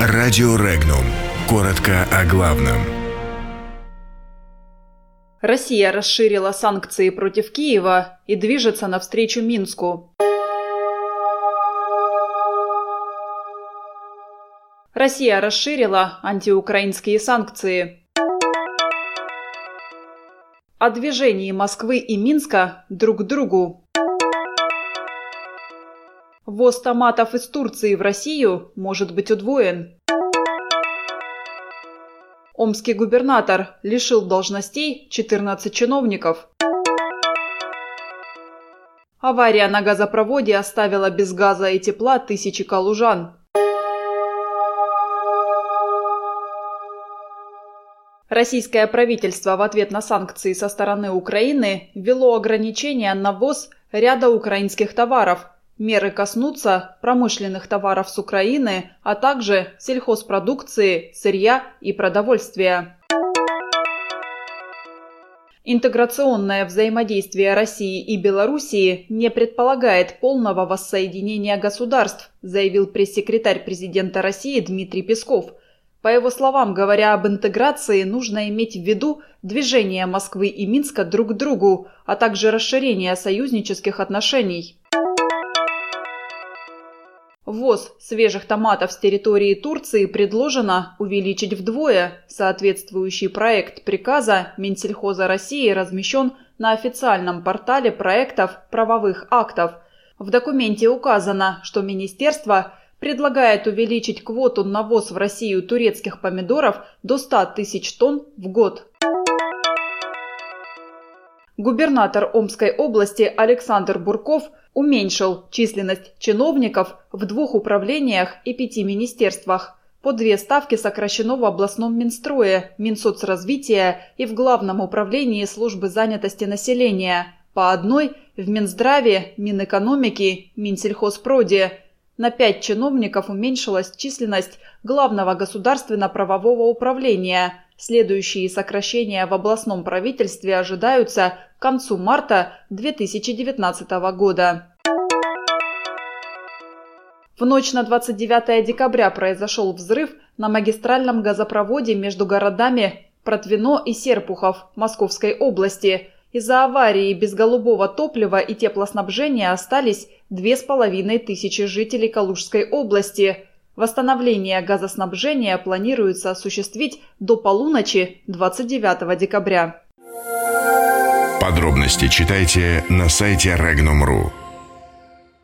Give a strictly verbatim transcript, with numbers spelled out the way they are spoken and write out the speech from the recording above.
Радио Регнум. Коротко о главном. Россия расширила санкции против Киева и движется навстречу Минску. Россия расширила антиукраинские санкции. О движении Москвы и Минска друг к другу. Ввоз томатов из Турции в Россию может быть удвоен. Омский губернатор лишил должностей четырнадцати чиновников. Авария на газопроводе оставила без газа и тепла тысячи калужан. Российское правительство в ответ на санкции со стороны Украины ввело ограничения на ввоз ряда украинских товаров. Меры коснутся промышленных товаров с Украины, а также сельхозпродукции, сырья и продовольствия. Интеграционное взаимодействие России и Белоруссии не предполагает полного воссоединения государств, заявил пресс-секретарь президента России Дмитрий Песков. По его словам, говоря об интеграции, нужно иметь в виду движение Москвы и Минска друг к другу, а также расширение союзнических отношений. Ввоз свежих томатов с территории Турции предложено увеличить вдвое. Соответствующий проект приказа Минсельхоза России размещен на официальном портале проектов правовых актов. В документе указано, что министерство предлагает увеличить квоту на ввоз в Россию турецких помидоров до ста тысяч тонн в год. Губернатор Омской области Александр Бурков уменьшил численность чиновников в двух управлениях и пяти министерствах. По две ставки сокращено в областном Минстрое, Минсоцразвития и в Главном управлении службы занятости населения. По одной в Минздраве, Минэкономики, Минсельхозпроде. На пять чиновников уменьшилась численность Главного государственно-правового управления. Следующие сокращения в областном правительстве ожидаются к концу марта две тысячи девятнадцатого года. В ночь на двадцать девятое декабря произошел взрыв на магистральном газопроводе между городами Протвино и Серпухов Московской области. Из-за аварии без голубого топлива и теплоснабжения остались две с половиной тысячи жителей Калужской области. Восстановление газоснабжения планируется осуществить до полуночи двадцать девятого декабря. Подробности читайте на сайте регнум точка ру.